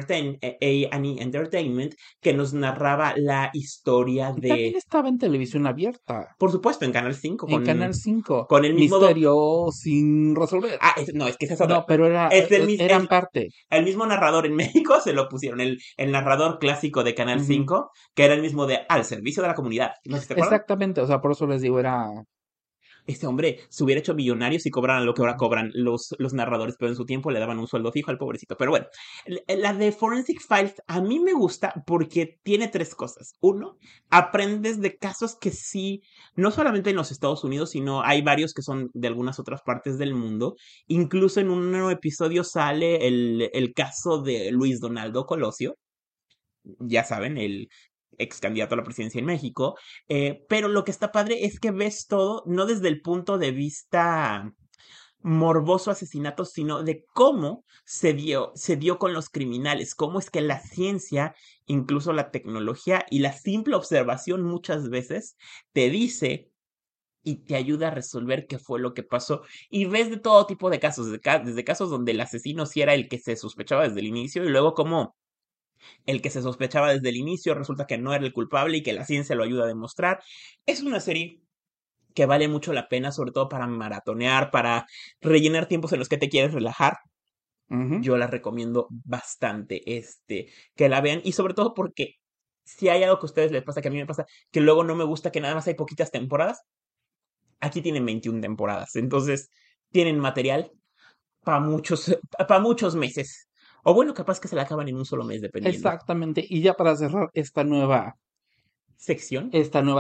A&E Entertainment, que nos narraba la historia Y también de... estaba en televisión abierta. Por supuesto, en Canal 5. En Canal 5. Con el mismo... Misterio sin resolver. No, es que esa es otra. No, pero eran parte. El mismo narrador en México se lo pusieron, el narrador clásico de Canal 5, que era el mismo de Al servicio de la comunidad. ¿No sé si te acuerdas? Exactamente, o sea, por eso les digo, era... Este hombre se hubiera hecho millonario si cobraran lo que ahora cobran los narradores, pero en su tiempo le daban un sueldo fijo al pobrecito. Pero bueno, la de Forensic Files a mí me gusta porque tiene 3 cosas. 1, aprendes de casos que sí, no solamente en los Estados Unidos, sino hay varios que son de algunas otras partes del mundo. Incluso en un nuevo episodio sale el caso de Luis Donaldo Colosio. Ya saben, el ex candidato a la presidencia en México, pero lo que está padre es que ves todo, no desde el punto de vista morboso asesinato, sino de cómo se dio con los criminales, cómo es que la ciencia, incluso la tecnología y la simple observación muchas veces te dice y te ayuda a resolver qué fue lo que pasó. Y ves de todo tipo de casos, desde casos donde el asesino sí era el que se sospechaba desde el inicio y luego como el que se sospechaba desde el inicio resulta que no era el culpable y que la ciencia lo ayuda a demostrar. Es una serie que vale mucho la pena, sobre todo para maratonear, para rellenar tiempos en los que te quieres relajar. Yo la recomiendo bastante, que la vean, y sobre todo porque si hay algo que a ustedes les pasa, que a mí me pasa, que luego no me gusta que nada más hay poquitas temporadas, aquí tienen 21 temporadas, entonces tienen material para muchos meses. O bueno, capaz que se la acaban en un solo mes, dependiendo. Exactamente. Y ya para cerrar esta nueva sección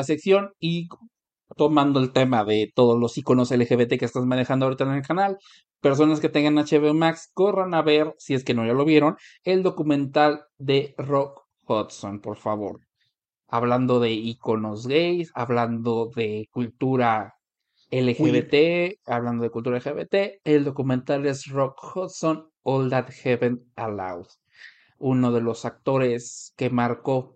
y tomando el tema de todos los iconos LGBT que estás manejando ahorita en el canal, personas que tengan HBO Max, corran a ver, si es que no ya lo vieron, el documental de Rock Hudson, por favor. Hablando de iconos gays, hablando de cultura LGBT, hablando de cultura LGBT, el documental es Rock Hudson, All That Heaven Allows. Uno de los actores que marcó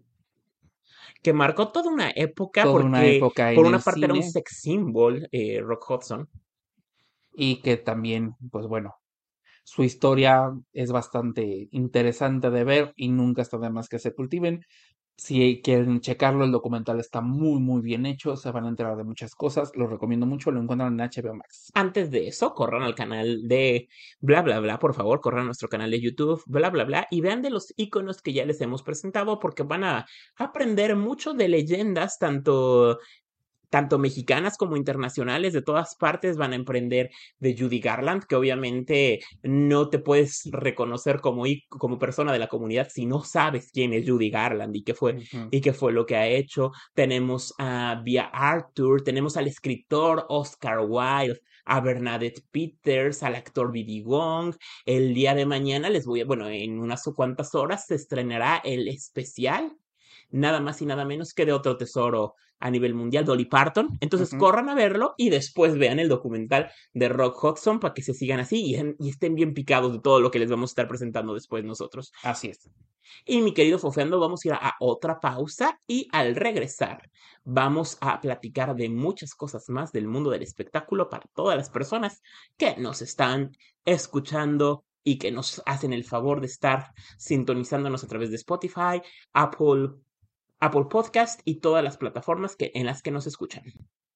toda una época, por una parte era un sex symbol, Rock Hudson. Y que también, pues bueno, su historia es bastante interesante de ver y nunca está de más que se cultiven. Si quieren checarlo, el documental está muy, muy bien hecho. Se van a enterar de muchas cosas. Lo recomiendo mucho. Lo encuentran en HBO Max. Antes de eso, corran al canal de Bla Bla Bla, por favor. Corran a nuestro canal de YouTube, Bla Bla Bla, y vean de los iconos que ya les hemos presentado porque van a aprender mucho de leyendas, tanto mexicanas como internacionales, de todas partes. Van a aprender de Judy Garland, que obviamente no te puedes reconocer como persona de la comunidad si no sabes quién es Judy Garland y qué fue lo que ha hecho. Tenemos a Bea Arthur, tenemos al escritor Oscar Wilde, a Bernadette Peters, al actor B.D. Wong. El día de mañana en unas cuantas horas se estrenará el especial, nada más y nada menos que de otro tesoro a nivel mundial, Dolly Parton. Entonces corran a verlo y después vean el documental de Rock Hudson para que se sigan así y estén bien picados de todo lo que les vamos a estar presentando después nosotros. Así es. Y mi querido Fofeando, vamos a ir a otra pausa y al regresar vamos a platicar de muchas cosas más del mundo del espectáculo para todas las personas que nos están escuchando y que nos hacen el favor de estar sintonizándonos a través de Spotify, Apple Podcast y todas las plataformas en las que nos escuchan.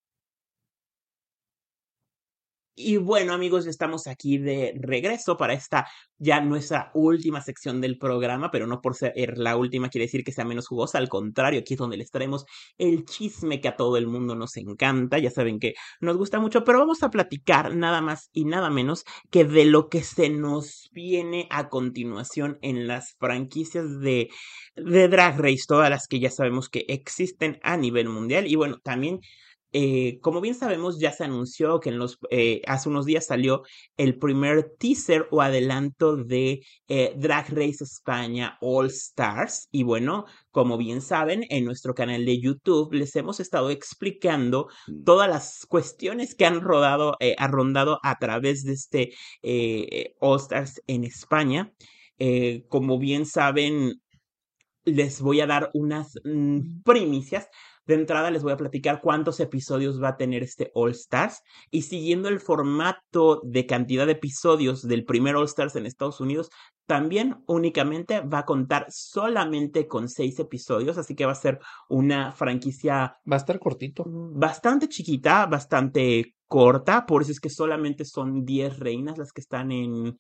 Y bueno, amigos, estamos aquí de regreso para esta ya nuestra última sección del programa, pero no por ser la última quiere decir que sea menos jugosa, al contrario, aquí es donde les traemos el chisme que a todo el mundo nos encanta, ya saben que nos gusta mucho, pero vamos a platicar nada más y nada menos que de lo que se nos viene a continuación en las franquicias de Drag Race, todas las que ya sabemos que existen a nivel mundial. Y bueno, también como bien sabemos, ya se anunció que hace unos días salió el primer teaser o adelanto de Drag Race España All Stars. Y bueno, como bien saben, en nuestro canal de YouTube les hemos estado explicando todas las cuestiones que han rondado a través de este All Stars en España. Como bien saben, les voy a dar unas primicias. De entrada les voy a platicar cuántos episodios va a tener este All Stars y siguiendo el formato de cantidad de episodios del primer All Stars en Estados Unidos, también únicamente va a contar solamente con 6 episodios, así que va a ser una franquicia Va a estar cortito. bastante chiquita, bastante corta, por eso es que solamente son 10 reinas las que están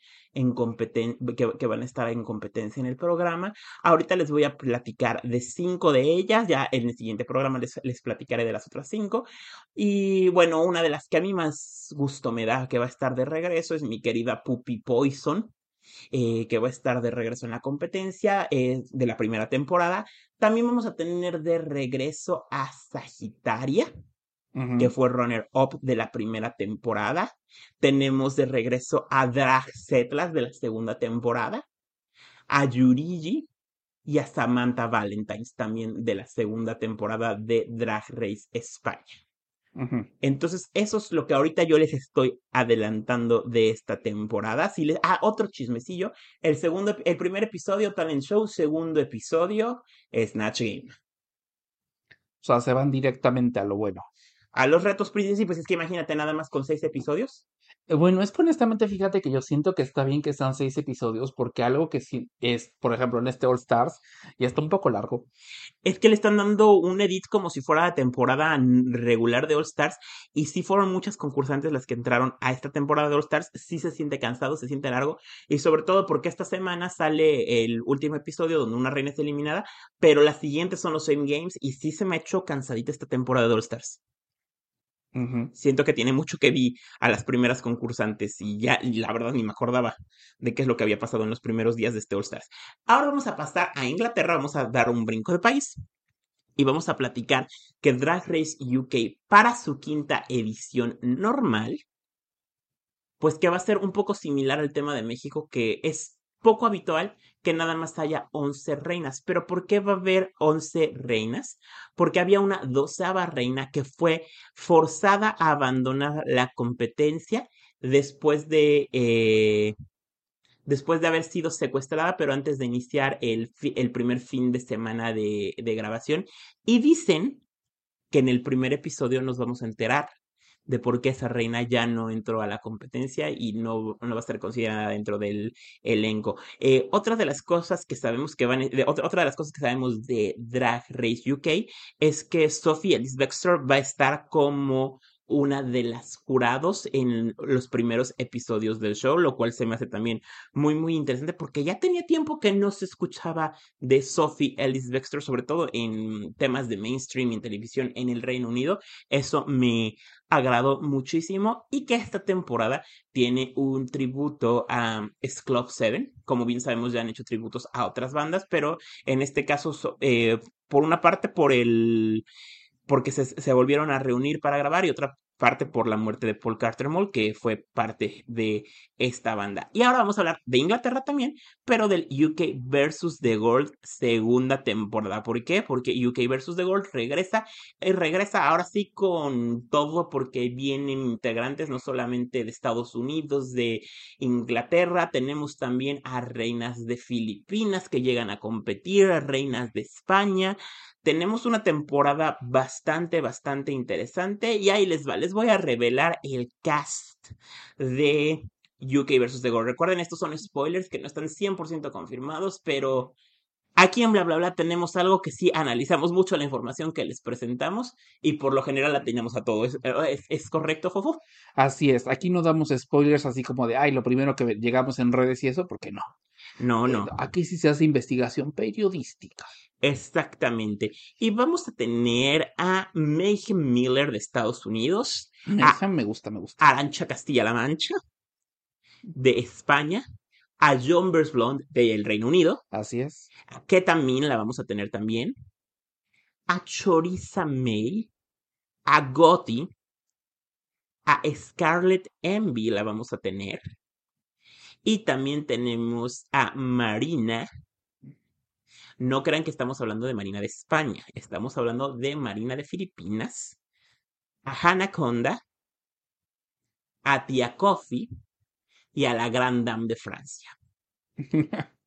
que van a estar en competencia en el programa. Ahorita les voy a platicar de 5 de ellas, ya en el siguiente programa les platicaré de las otras 5. Y bueno, una de las que a mí más gusto me da que va a estar de regreso es mi querida Puppy Poison. Que va a estar de regreso en la competencia de la primera temporada. También vamos a tener de regreso a Sagitaria, que fue runner-up de la primera temporada. Tenemos de regreso a Drag Zetlas de la segunda temporada, a Yurigi y a Samantha Valentines también de la segunda temporada de Drag Race España. Entonces, eso es lo que ahorita yo les estoy adelantando de esta temporada. Otro chismecillo. El primer episodio, Talent Show. Segundo episodio, Snatch Game. O sea, se van directamente a lo bueno. A los retos principales, es que imagínate nada más con 6 episodios. Bueno, es que honestamente, fíjate que yo siento que está bien que sean 6 episodios, porque algo que sí es, por ejemplo, en este All Stars, y está un poco largo. Es que le están dando un edit como si fuera la temporada regular de All Stars, y sí fueron muchas concursantes las que entraron a esta temporada de All Stars. Sí se siente cansado, se siente largo, y sobre todo porque esta semana sale el último episodio donde una reina es eliminada, pero las siguientes son los Same Games, y sí se me ha hecho cansadita esta temporada de All Stars. Siento que tiene mucho que vi a las primeras concursantes y ya la verdad ni me acordaba de qué es lo que había pasado en los primeros días de este All Stars. Ahora vamos a pasar a Inglaterra, vamos a dar un brinco de país y vamos a platicar que Drag Race UK para su 5ª edición normal, pues que va a ser un poco similar al tema de México, que es poco habitual que nada más haya 11 reinas. ¿Pero por qué va a haber 11 reinas? Porque había una 12ª reina que fue forzada a abandonar la competencia después de haber sido secuestrada, pero antes de iniciar el primer fin de semana de grabación. Y dicen que en el primer episodio nos vamos a enterar de por qué esa reina ya no entró a la competencia y no va a ser considerada dentro del elenco. Otra de las cosas que sabemos de Drag Race UK es que Sophie Ellis-Bextor va a estar como una de las jurados en los primeros episodios del show, lo cual se me hace también muy, muy interesante porque ya tenía tiempo que no se escuchaba de Sophie Ellis-Bextor, sobre todo en temas de mainstream y en televisión en el Reino Unido. Eso me agradó muchísimo y que esta temporada tiene un tributo a Club 7. Como bien sabemos, ya han hecho tributos a otras bandas, pero en este caso, por una parte, porque se volvieron a reunir para grabar y otra parte por la muerte de Paul Carter Moll, que fue parte de esta banda. Y ahora vamos a hablar de Inglaterra también, pero del UK vs. The Gold segunda temporada. ¿Por qué? Porque UK vs. The Gold regresa ahora sí con todo, porque vienen integrantes no solamente de Estados Unidos, de Inglaterra, tenemos también a reinas de Filipinas que llegan a competir, a reinas de España. Tenemos una temporada bastante, bastante interesante y ahí les voy a revelar el cast de UK vs. The Gold. Recuerden, estos son spoilers que no están 100% confirmados, pero aquí en Bla Bla Bla tenemos algo que sí analizamos mucho la información que les presentamos y por lo general la tenemos a todo. ¿Es correcto, Fofo? Así es, aquí no damos spoilers así como de, lo primero que llegamos en redes y eso, porque no. No. Aquí sí se hace investigación periodística. Exactamente. Y vamos a tener a Mayhem Miller de Estados Unidos. Mayhem me gusta. Arantxa Castilla-La Mancha de España. A Jombers Blonde del Reino Unido. Así es. Que también la vamos a tener también. A Choriza May. A Gotti. A Scarlett Envy la vamos a tener. Y también tenemos a Marina. No crean que estamos hablando de Marina de España. Estamos hablando de Marina de Filipinas. A Hannah Conda. A Tia Coffee. Y a la Grand Dame de Francia.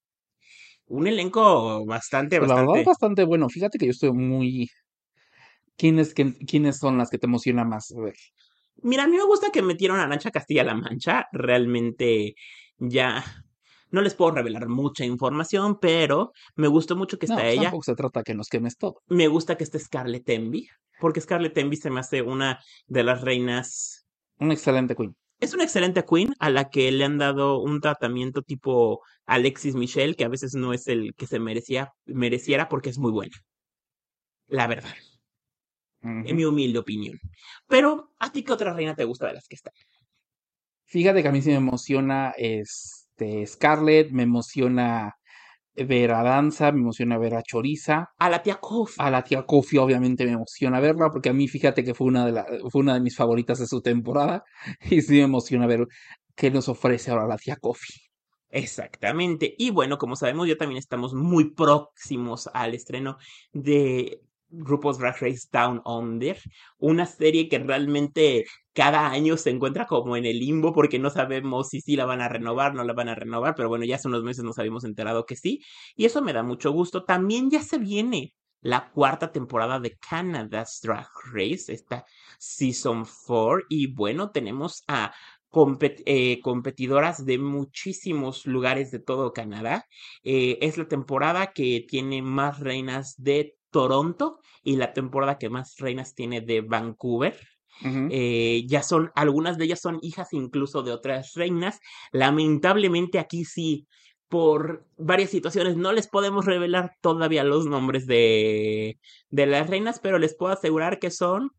Un elenco bastante. La verdad, bastante bueno. Fíjate que yo estoy muy ¿Quiénes son las que te emocionan más? A ver. Mira, a mí me gusta que metieron a Arancha Castilla-La Mancha. Realmente ya no les puedo revelar mucha información, pero me gustó mucho que No, está pues ella. tampoco se trata que nos quemes todo. Me gusta que esté Scarlett Envy, porque Scarlett Envy se me hace una de las reinas. Una excelente queen. Es una excelente queen a la que le han dado un tratamiento tipo Alexis Michelle, que a veces no es el que se mereciera porque es muy buena. La verdad. En mi humilde opinión. Pero, ¿a ti qué otra reina te gusta de las que están? Fíjate que a mí sí me emociona Scarlett, me emociona ver a Danza, me emociona ver a Choriza. A la tía Kofi. A la tía Kofi obviamente me emociona verla, porque a mí fíjate que fue una de mis favoritas de su temporada. Y sí me emociona ver qué nos ofrece ahora la tía Kofi. Exactamente. Y bueno, como sabemos, ya también estamos muy próximos al estreno de RuPaul's Drag Race Down Under, una serie que realmente cada año se encuentra como en el limbo porque no sabemos si sí la van a renovar, no la van a renovar, pero bueno, ya hace unos meses nos habíamos enterado que sí, y eso me da mucho gusto. También ya se viene la 4ª temporada de Canada's Drag Race, esta Season 4, y bueno, tenemos a competidoras de muchísimos lugares de todo Canadá. Es la temporada que tiene más reinas de Toronto y la temporada que más reinas tiene de Vancouver. Ya son, algunas de ellas son hijas incluso de otras reinas. Lamentablemente aquí sí, por varias situaciones no les podemos revelar todavía los nombres de las reinas, pero les puedo asegurar que son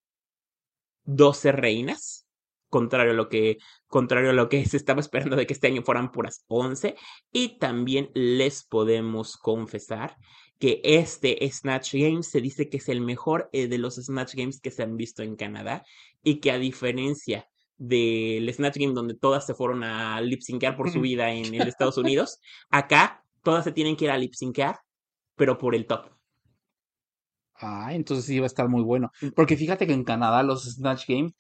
12 reinas. Contrario a lo que se estaba esperando de que este año fueran puras 11. Y también les podemos confesar que este Snatch Games se dice que es el mejor de los Snatch Games que se han visto en Canadá, y que a diferencia del Snatch Game donde todas se fueron a lip-syncar por su vida en el Estados Unidos, acá todas se tienen que ir a lip-syncar, pero por el top. Ah, entonces sí va a estar muy bueno. Porque fíjate que en Canadá los Snatch Games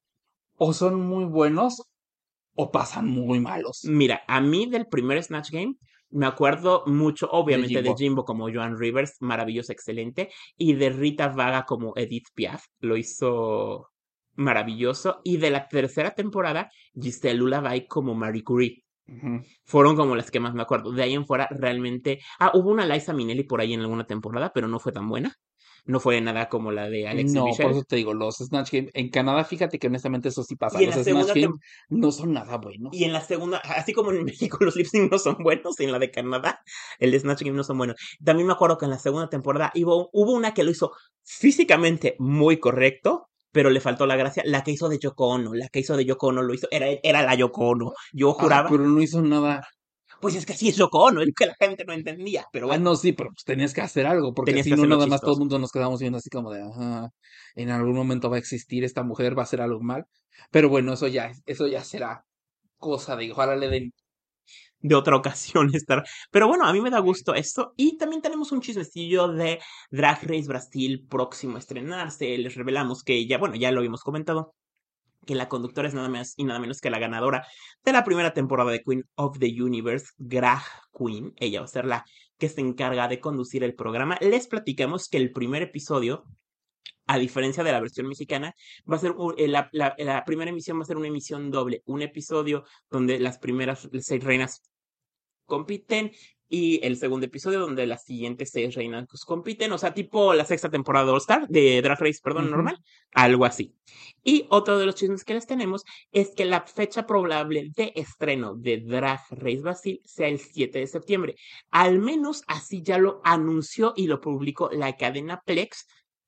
o son muy buenos o pasan muy malos. Mira, a mí del primer Snatch Game me acuerdo mucho, obviamente, de Jimbo como Joan Rivers, maravilloso, excelente, y de Rita Vaga como Edith Piaf, lo hizo maravilloso, y de la 3ª temporada, Giselle Lullaby como Marie Curie. Fueron como las que más me acuerdo. De ahí en fuera, realmente... hubo una Liza Minnelli por ahí en alguna temporada, pero no fue tan buena. No fue nada como la de Alexis Michelle. No, por eso te digo, los Snatch Games en Canadá, fíjate que honestamente eso sí pasa. Los Snatch Games no son nada buenos. Y en la segunda, así como en México los lip sync no son buenos, en la de Canadá el Snatch Game no son buenos. También me acuerdo que en la segunda temporada hubo una que lo hizo físicamente muy correcto, pero le faltó la gracia. La que hizo de Yoko Ono, lo hizo, era la Yoko Ono. Yo juraba. Pero no hizo nada. Pues es que sí es Yoko Ono, es que la gente no entendía, pero bueno. No, sí, pero pues tenías que hacer algo, porque si no nada más todo el mundo nos quedamos viendo así como de, en algún momento va a existir esta mujer, va a hacer algo mal. Pero bueno, eso ya será cosa de, ojalá le den de otra ocasión estar. Pero bueno, a mí me da gusto esto. Y también tenemos un chismecillo de Drag Race Brasil próximo a estrenarse. Les revelamos que ya lo habíamos comentado, que la conductora es nada más y nada menos que la ganadora de la primera temporada de Queen of the Universe, Drag Queen. Ella va a ser la que se encarga de conducir el programa. Les platicamos que el primer episodio, a diferencia de la versión mexicana, va a ser la primera emisión va a ser una emisión doble. Un episodio donde las primeras 6 reinas compiten, y el segundo episodio donde las siguientes 6 reinas compiten, o sea, tipo la 6ª temporada de All Star, de Drag Race, normal, algo así. Y otro de los chismes que les tenemos es que la fecha probable de estreno de Drag Race Brasil sea el 7 de septiembre. Al menos así ya lo anunció y lo publicó la cadena Plex,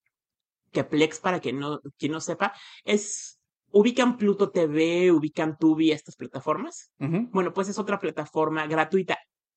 que Plex, para quien no sepa, ubican Pluto TV, ubican Tubi, estas plataformas. Bueno, pues es otra plataforma gratuita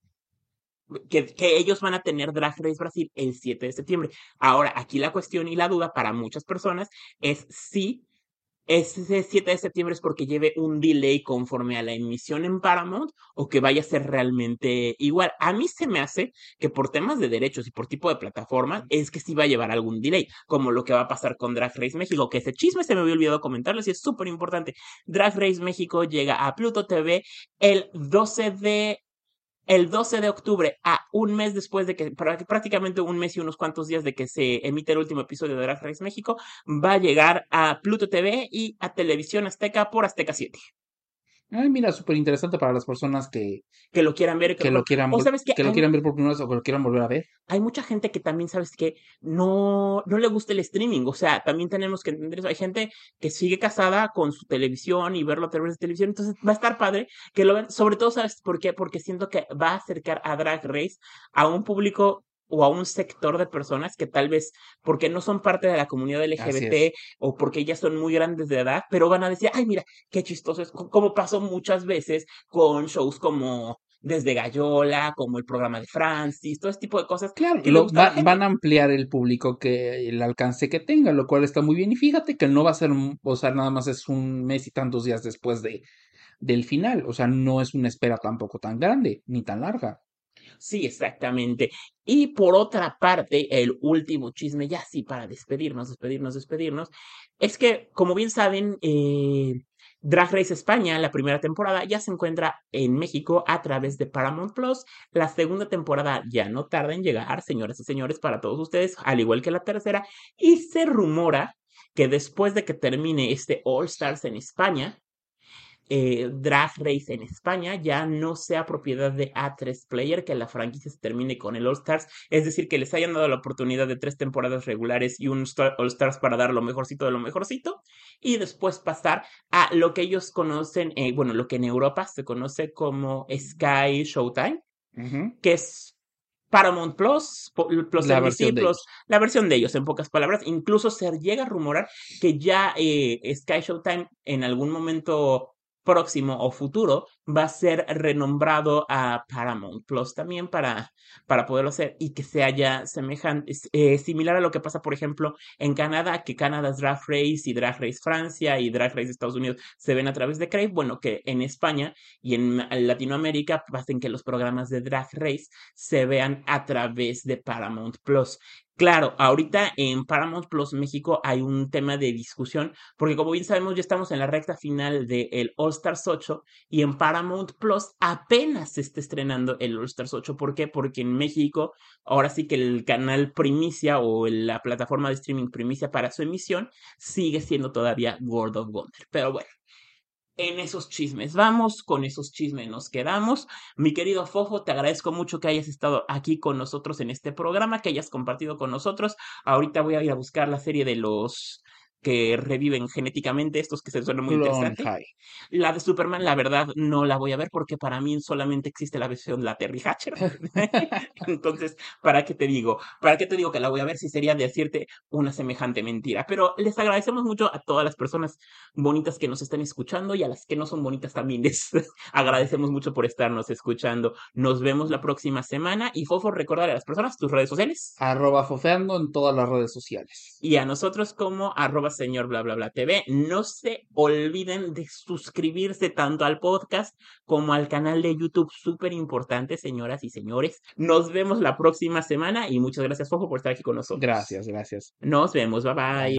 que ellos van a tener Drag Race Brasil el 7 de septiembre. Ahora, aquí la cuestión y la duda para muchas personas es si ese 7 de septiembre es porque lleve un delay conforme a la emisión en Paramount, o que vaya a ser realmente igual. A mí se me hace que por temas de derechos y por tipo de plataforma es que sí va a llevar algún delay, como lo que va a pasar con Drag Race México, que ese chisme se me había olvidado comentarles y es súper importante. Drag Race México llega a Pluto TV el 12 de el 12 de octubre, a un mes después de que, prácticamente un mes y unos cuantos días de que se emite el último episodio de Drag Race México, va a llegar a Pluto TV y a Televisión Azteca por Azteca 7. Ay, mira, súper interesante para las personas que lo quieran ver. O sabes que lo quieran ver por primera vez o que lo quieran volver a ver. Hay mucha gente que también, ¿sabes qué? No le gusta el streaming. O sea, también tenemos que entender eso. Hay gente que sigue casada con su televisión y verlo a través de televisión. Entonces va a estar padre que lo vean. Sobre todo, ¿sabes por qué? Porque siento que va a acercar a Drag Race a un público o a un sector de personas que tal vez, porque no son parte de la comunidad LGBT o porque ya son muy grandes de edad, pero van a decir, ay, mira, qué chistoso es, como pasó muchas veces con shows como Desde Gallola, como el programa de Francis, todo ese tipo de cosas. Claro, que van a ampliar el público, que el alcance que tenga, lo cual está muy bien. Y fíjate que no va a ser, o sea, nada más es un mes y tantos días después del final. O sea, no es una espera tampoco tan grande, ni tan larga. Sí, exactamente. Y por otra parte, el último chisme, ya sí, para despedirnos, es que, como bien saben, Drag Race España, la primera temporada, ya se encuentra en México a través de Paramount Plus. La segunda temporada ya no tarda en llegar, señoras y señores, para todos ustedes, al igual que la tercera. Y se rumora que después de que termine este All Stars en España, Drag Race en España ya no sea propiedad de A3 Player, que la franquicia se termine con el All Stars, es decir, que les hayan dado la oportunidad de 3 temporadas regulares y un All Stars para dar lo mejorcito de lo mejorcito, y después pasar a lo que ellos conocen, lo que en Europa se conoce como Sky Showtime, que es Paramount Plus La NBC versión de Plus, ellos. la versión de ellos, en pocas palabras. Incluso se llega a rumorar que ya Sky Showtime en algún momento próximo o futuro va a ser renombrado a Paramount Plus también para poderlo hacer y que sea ya semejante, similar a lo que pasa, por ejemplo, en Canadá, que Canada's Drag Race y Drag Race Francia y Drag Race Estados Unidos se ven a través de Crave. Bueno, que en España y en Latinoamérica pasen que los programas de Drag Race se vean a través de Paramount Plus. Claro, ahorita en Paramount Plus México hay un tema de discusión, porque como bien sabemos ya estamos en la recta final del All Stars 8 y en Paramount Plus apenas se está estrenando el All Stars 8. ¿Por qué? Porque en México ahora sí que el canal primicia o la plataforma de streaming primicia para su emisión sigue siendo todavía World of Wonder. Pero bueno, en esos chismes vamos, con esos chismes nos quedamos. Mi querido Fofo, te agradezco mucho que hayas estado aquí con nosotros en este programa, que hayas compartido con nosotros. Ahorita voy a ir a buscar la serie de los que reviven genéticamente, estos que se suenan muy interesantes. La de Superman, la verdad, no la voy a ver porque para mí solamente existe la versión la Terry Hatcher. Entonces, ¿para qué te digo? ¿Para qué te digo que la voy a ver si sería decirte una semejante mentira? Pero les agradecemos mucho a todas las personas bonitas que nos están escuchando y a las que no son bonitas también les agradecemos mucho por estarnos escuchando. Nos vemos la próxima semana y Fofo, recordarle a las personas tus redes sociales. @fofeando en todas las redes sociales. Y a nosotros como @señor bla bla bla TV. No se olviden de suscribirse tanto al podcast como al canal de YouTube. Súper importante, señoras y señores. Nos vemos la próxima semana y muchas gracias, Fofo, por estar aquí con nosotros. Gracias. Nos vemos, bye bye.